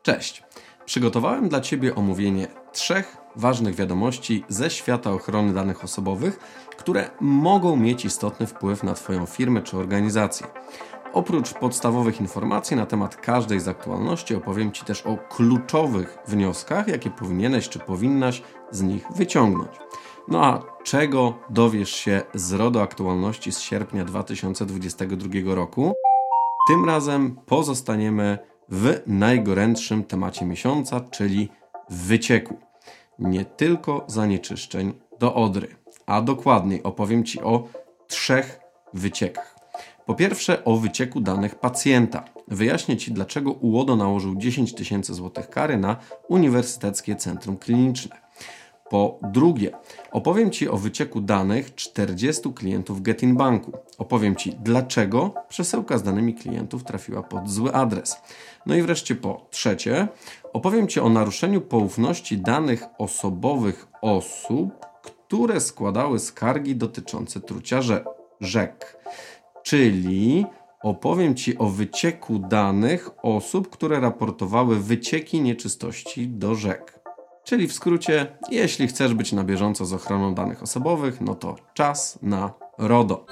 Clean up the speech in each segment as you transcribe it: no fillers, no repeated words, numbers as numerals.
Cześć! Przygotowałem dla Ciebie omówienie 3 ważnych wiadomości ze świata ochrony danych osobowych, które mogą mieć istotny wpływ na Twoją firmę czy organizację. Oprócz podstawowych informacji na temat każdej z aktualności opowiem Ci też o kluczowych wnioskach, jakie powinieneś czy powinnaś z nich wyciągnąć. No a czego dowiesz się z RODO aktualności z sierpnia 2022 roku? Tym razem pozostaniemy w najgorętszym temacie miesiąca, czyli wycieku. Nie tylko zanieczyszczeń do Odry, a dokładniej opowiem Ci o 3 wyciekach. Po pierwsze o wycieku danych pacjenta. Wyjaśnię Ci, dlaczego UODO nałożył 10 000 złotych kary na Uniwersyteckie Centrum Kliniczne. Po drugie, opowiem Ci o wycieku danych 40 klientów Getinbanku. Opowiem Ci, dlaczego przesyłka z danymi klientów trafiła pod zły adres. No i wreszcie po trzecie, opowiem Ci o naruszeniu poufności danych osobowych osób, które składały skargi dotyczące trucia rzek. Czyli opowiem Ci o wycieku danych osób, które raportowały wycieki nieczystości do rzek. Czyli w skrócie, jeśli chcesz być na bieżąco z ochroną danych osobowych, no to czas na RODO.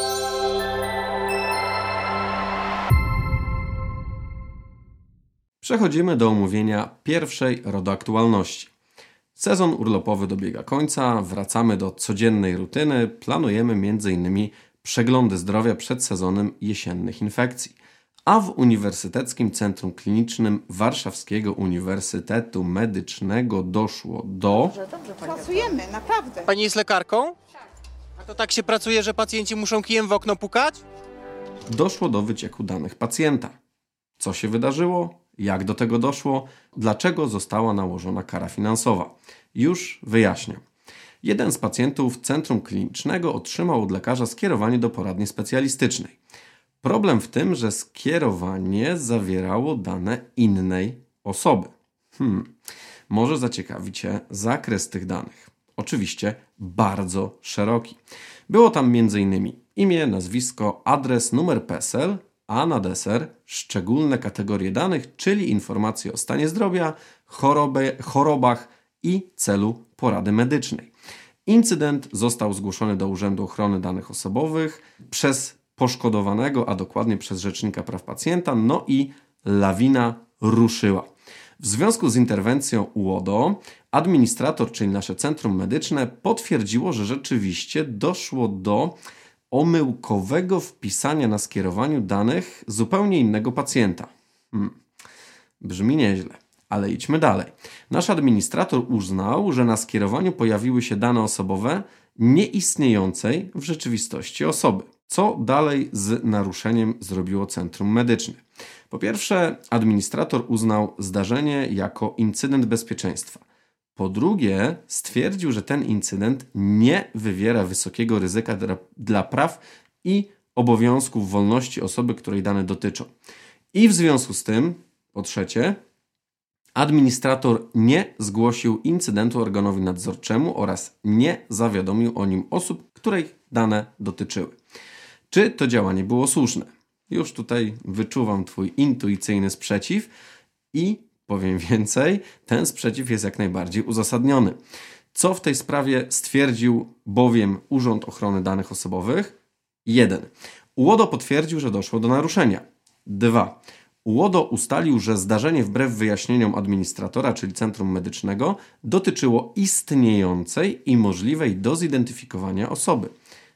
Przechodzimy do omówienia pierwszej RODO aktualności. Sezon urlopowy dobiega końca, wracamy do codziennej rutyny, planujemy m.in. przeglądy zdrowia przed sezonem jesiennych infekcji. A w Uniwersyteckim Centrum Klinicznym Warszawskiego Uniwersytetu Medycznego doszło do... Pracujemy, naprawdę. Pani jest lekarką? A to tak się pracuje, że pacjenci muszą kijem w okno pukać? Doszło do wycieku danych pacjenta. Co się wydarzyło? Jak do tego doszło? Dlaczego została nałożona kara finansowa? Już wyjaśniam. Jeden z pacjentów Centrum Klinicznego otrzymał od lekarza skierowanie do poradni specjalistycznej. Problem w tym, że skierowanie zawierało dane innej osoby. Może zaciekawi Cię zakres tych danych. Oczywiście bardzo szeroki. Było tam m.in. imię, nazwisko, adres, numer PESEL, a na deser szczególne kategorie danych, czyli informacje o stanie zdrowia, chorobach i celu porady medycznej. Incydent został zgłoszony do Urzędu Ochrony Danych Osobowych przez poszkodowanego, a dokładnie przez Rzecznika Praw Pacjenta, no i lawina ruszyła. W związku z interwencją UODO administrator, czyli nasze centrum medyczne, potwierdziło, że rzeczywiście doszło do omyłkowego wpisania na skierowaniu danych zupełnie innego pacjenta. Brzmi nieźle, ale idźmy dalej. Nasz administrator uznał, że na skierowaniu pojawiły się dane osobowe nieistniejącej w rzeczywistości osoby. Co dalej z naruszeniem zrobiło Centrum Medyczne? Po pierwsze, administrator uznał zdarzenie jako incydent bezpieczeństwa. Po drugie, stwierdził, że ten incydent nie wywiera wysokiego ryzyka dla praw i obowiązków wolności osoby, której dane dotyczą. I w związku z tym, po trzecie, administrator nie zgłosił incydentu organowi nadzorczemu oraz nie zawiadomił o nim osób, których dane dotyczyły. Czy to działanie było słuszne? Już tutaj wyczuwam Twój intuicyjny sprzeciw i powiem więcej, ten sprzeciw jest jak najbardziej uzasadniony. Co w tej sprawie stwierdził bowiem Urząd Ochrony Danych Osobowych? 1. UODO potwierdził, że doszło do naruszenia. 2. UODO ustalił, że zdarzenie wbrew wyjaśnieniom administratora, czyli Centrum Medycznego, dotyczyło istniejącej i możliwej do zidentyfikowania osoby.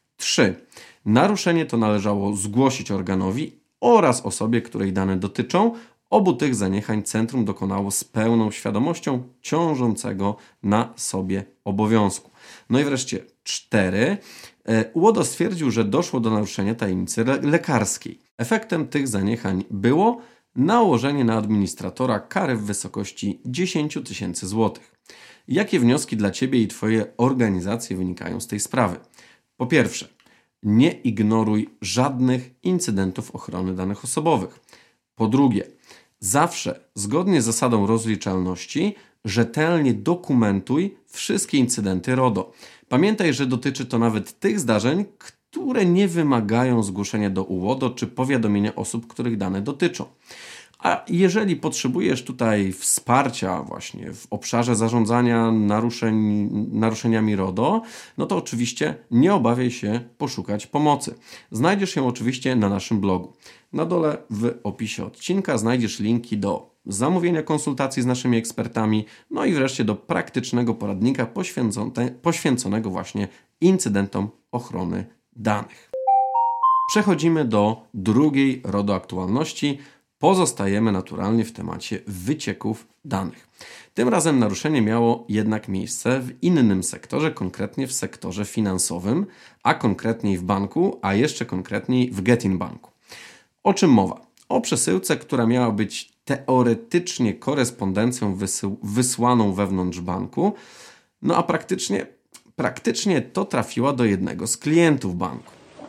3. Naruszenie to należało zgłosić organowi oraz osobie, której dane dotyczą. Obu tych zaniechań centrum dokonało z pełną świadomością ciążącego na sobie obowiązku. No i wreszcie 4. UODO stwierdził, że doszło do naruszenia tajemnicy lekarskiej. Efektem tych zaniechań było nałożenie na administratora kary w wysokości 10 000 złotych. Jakie wnioski dla Ciebie i Twojej organizacji wynikają z tej sprawy? Po pierwsze, nie ignoruj żadnych incydentów ochrony danych osobowych. Po drugie, zawsze, zgodnie z zasadą rozliczalności, rzetelnie dokumentuj wszystkie incydenty RODO. Pamiętaj, że dotyczy to nawet tych zdarzeń, które nie wymagają zgłoszenia do UODO czy powiadomienia osób, których dane dotyczą. A jeżeli potrzebujesz tutaj wsparcia właśnie w obszarze zarządzania naruszeniami RODO, no to oczywiście nie obawiaj się poszukać pomocy. Znajdziesz ją oczywiście na naszym blogu. Na dole w opisie odcinka znajdziesz linki do zamówienia konsultacji z naszymi ekspertami, no i wreszcie do praktycznego poradnika poświęconego właśnie incydentom ochrony danych. Przechodzimy do drugiej RODO aktualności. Pozostajemy naturalnie w temacie wycieków danych. Tym razem naruszenie miało jednak miejsce w innym sektorze, konkretnie w sektorze finansowym, a konkretniej w banku, a jeszcze konkretniej w Getin Banku. O czym mowa? O przesyłce, która miała być teoretycznie korespondencją wysłaną wewnątrz banku, no a praktycznie to trafiła do jednego z klientów banku.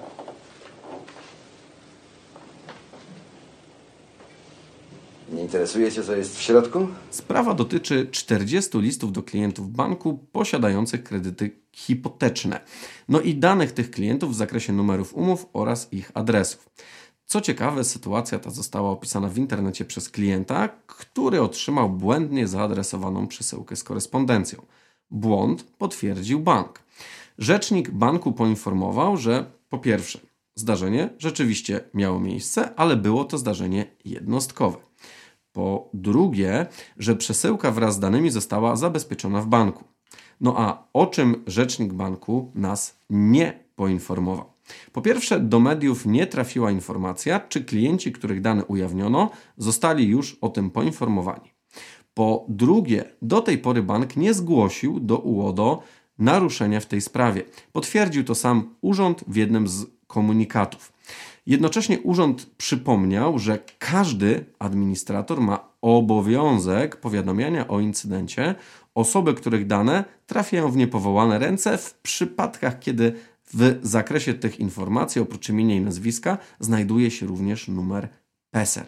Nie interesuje Cię, co jest w środku? Sprawa dotyczy 40 listów do klientów banku posiadających kredyty hipoteczne. No i danych tych klientów w zakresie numerów umów oraz ich adresów. Co ciekawe, sytuacja ta została opisana w internecie przez klienta, który otrzymał błędnie zaadresowaną przesyłkę z korespondencją. Błąd potwierdził bank. Rzecznik banku poinformował, że po pierwsze, zdarzenie rzeczywiście miało miejsce, ale było to zdarzenie jednostkowe. Po drugie, że przesyłka wraz z danymi została zabezpieczona w banku. No a o czym rzecznik banku nas nie poinformował? Po pierwsze, do mediów nie trafiła informacja, czy klienci, których dane ujawniono, zostali już o tym poinformowani. Po drugie, do tej pory bank nie zgłosił do UODO naruszenia w tej sprawie. Potwierdził to sam urząd w jednym z komunikatów. Jednocześnie urząd przypomniał, że każdy administrator ma obowiązek powiadamiania o incydencie osoby, których dane trafiają w niepowołane ręce w przypadkach, kiedy w zakresie tych informacji oprócz imienia i nazwiska znajduje się również numer PESEL.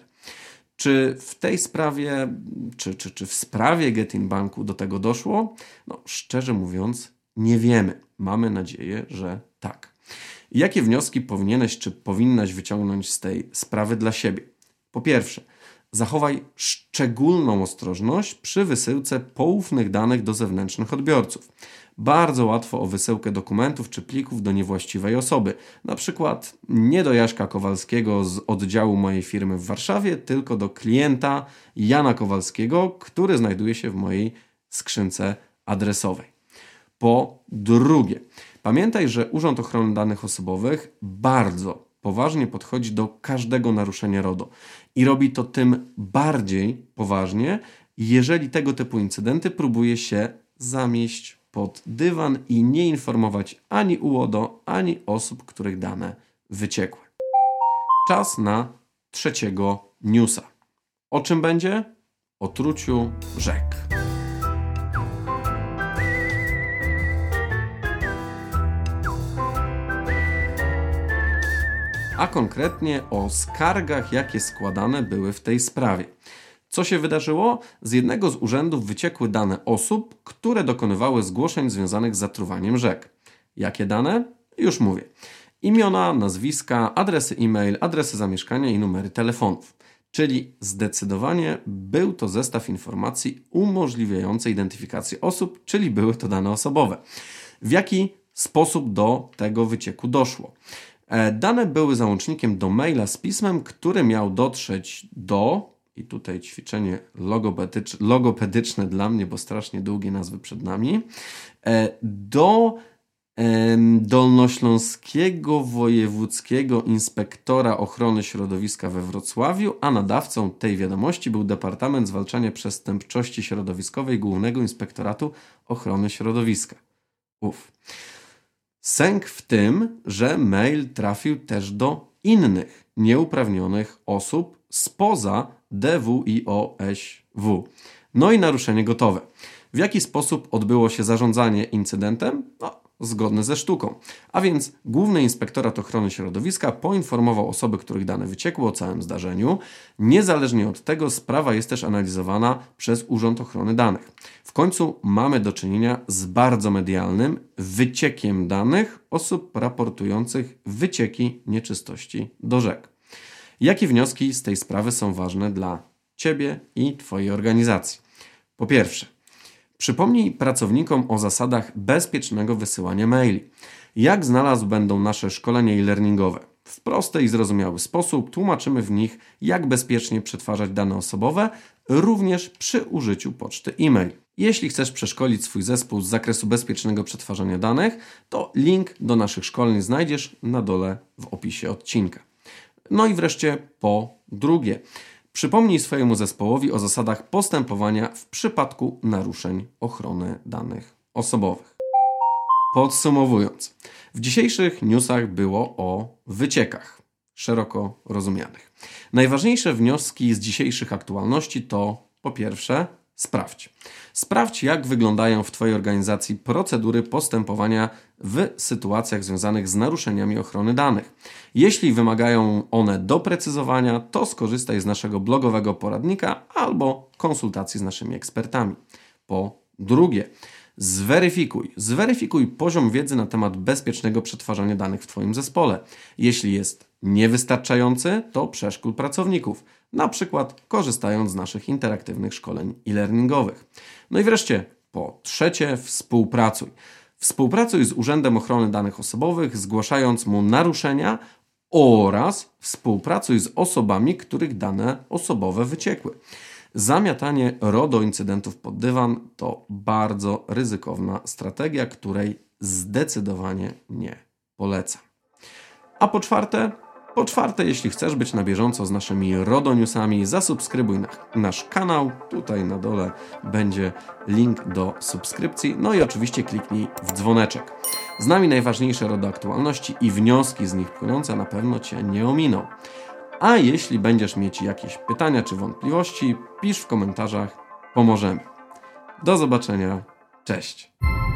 Czy w tej sprawie, czy w sprawie Getin Banku do tego doszło? No, szczerze mówiąc, nie wiemy. Mamy nadzieję, że tak. Jakie wnioski powinieneś czy powinnaś wyciągnąć z tej sprawy dla siebie? Po pierwsze, zachowaj szczególną ostrożność przy wysyłce poufnych danych do zewnętrznych odbiorców. Bardzo łatwo o wysyłkę dokumentów czy plików do niewłaściwej osoby. Na przykład nie do Jaśka Kowalskiego z oddziału mojej firmy w Warszawie, tylko do klienta Jana Kowalskiego, który znajduje się w mojej skrzynce adresowej. Po drugie, pamiętaj, że Urząd Ochrony Danych Osobowych bardzo poważnie podchodzi do każdego naruszenia RODO i robi to tym bardziej poważnie, jeżeli tego typu incydenty próbuje się zamieść pod dywan i nie informować ani UODO, ani osób, których dane wyciekły. Czas na trzeciego newsa. O czym będzie? O truciu rzek. A konkretnie o skargach, jakie składane były w tej sprawie. Co się wydarzyło? Z jednego z urzędów wyciekły dane osób, które dokonywały zgłoszeń związanych z zatruwaniem rzek. Jakie dane? Już mówię. Imiona, nazwiska, adresy e-mail, adresy zamieszkania i numery telefonów. Czyli zdecydowanie był to zestaw informacji umożliwiający identyfikację osób, czyli były to dane osobowe. W jaki sposób do tego wycieku doszło? Dane były załącznikiem do maila z pismem, który miał dotrzeć do, i tutaj ćwiczenie logopedyczne dla mnie, bo strasznie długie nazwy przed nami, do Dolnośląskiego Wojewódzkiego Inspektora Ochrony Środowiska we Wrocławiu, a nadawcą tej wiadomości był Departament Zwalczania Przestępczości Środowiskowej Głównego Inspektoratu Ochrony Środowiska. Sęk w tym, że mail trafił też do innych nieuprawnionych osób spoza DWIOŚW. No i naruszenie gotowe. W jaki sposób odbyło się zarządzanie incydentem? Zgodne ze sztuką. A więc Główny Inspektorat Ochrony Środowiska poinformował osoby, których dane wyciekły, o całym zdarzeniu. Niezależnie od tego sprawa jest też analizowana przez Urząd Ochrony Danych. W końcu mamy do czynienia z bardzo medialnym wyciekiem danych osób raportujących wycieki nieczystości do rzek. Jakie wnioski z tej sprawy są ważne dla Ciebie i Twojej organizacji. Po pierwsze, przypomnij pracownikom o zasadach bezpiecznego wysyłania maili. Jak znalazł będą nasze szkolenia e-learningowe? W prosty i zrozumiały sposób tłumaczymy w nich, jak bezpiecznie przetwarzać dane osobowe, również przy użyciu poczty e-mail. Jeśli chcesz przeszkolić swój zespół z zakresu bezpiecznego przetwarzania danych, to link do naszych szkoleń znajdziesz na dole w opisie odcinka. No i wreszcie po drugie, przypomnij swojemu zespołowi o zasadach postępowania w przypadku naruszeń ochrony danych osobowych. Podsumowując, w dzisiejszych newsach było o wyciekach, szeroko rozumianych. Najważniejsze wnioski z dzisiejszych aktualności to po pierwsze sprawdź. Sprawdź, jak wyglądają w Twojej organizacji procedury postępowania w sytuacjach związanych z naruszeniami ochrony danych. Jeśli wymagają one doprecyzowania, to skorzystaj z naszego blogowego poradnika albo konsultacji z naszymi ekspertami. Po drugie, Zweryfikuj poziom wiedzy na temat bezpiecznego przetwarzania danych w Twoim zespole. Jeśli jest niewystarczający, to przeszkól pracowników, na przykład korzystając z naszych interaktywnych szkoleń e-learningowych. No i wreszcie, po trzecie, współpracuj. Współpracuj z Urzędem Ochrony Danych Osobowych, zgłaszając mu naruszenia oraz współpracuj z osobami, których dane osobowe wyciekły. Zamiatanie RODO incydentów pod dywan to bardzo ryzykowna strategia, której zdecydowanie nie polecam. A po czwarte, jeśli chcesz być na bieżąco z naszymi RODO newsami, zasubskrybuj nasz kanał. Tutaj na dole będzie link do subskrypcji. No i oczywiście kliknij w dzwoneczek. Z nami najważniejsze RODO aktualności i wnioski z nich płynące na pewno Cię nie ominą. A jeśli będziesz mieć jakieś pytania czy wątpliwości, pisz w komentarzach, pomożemy. Do zobaczenia, cześć!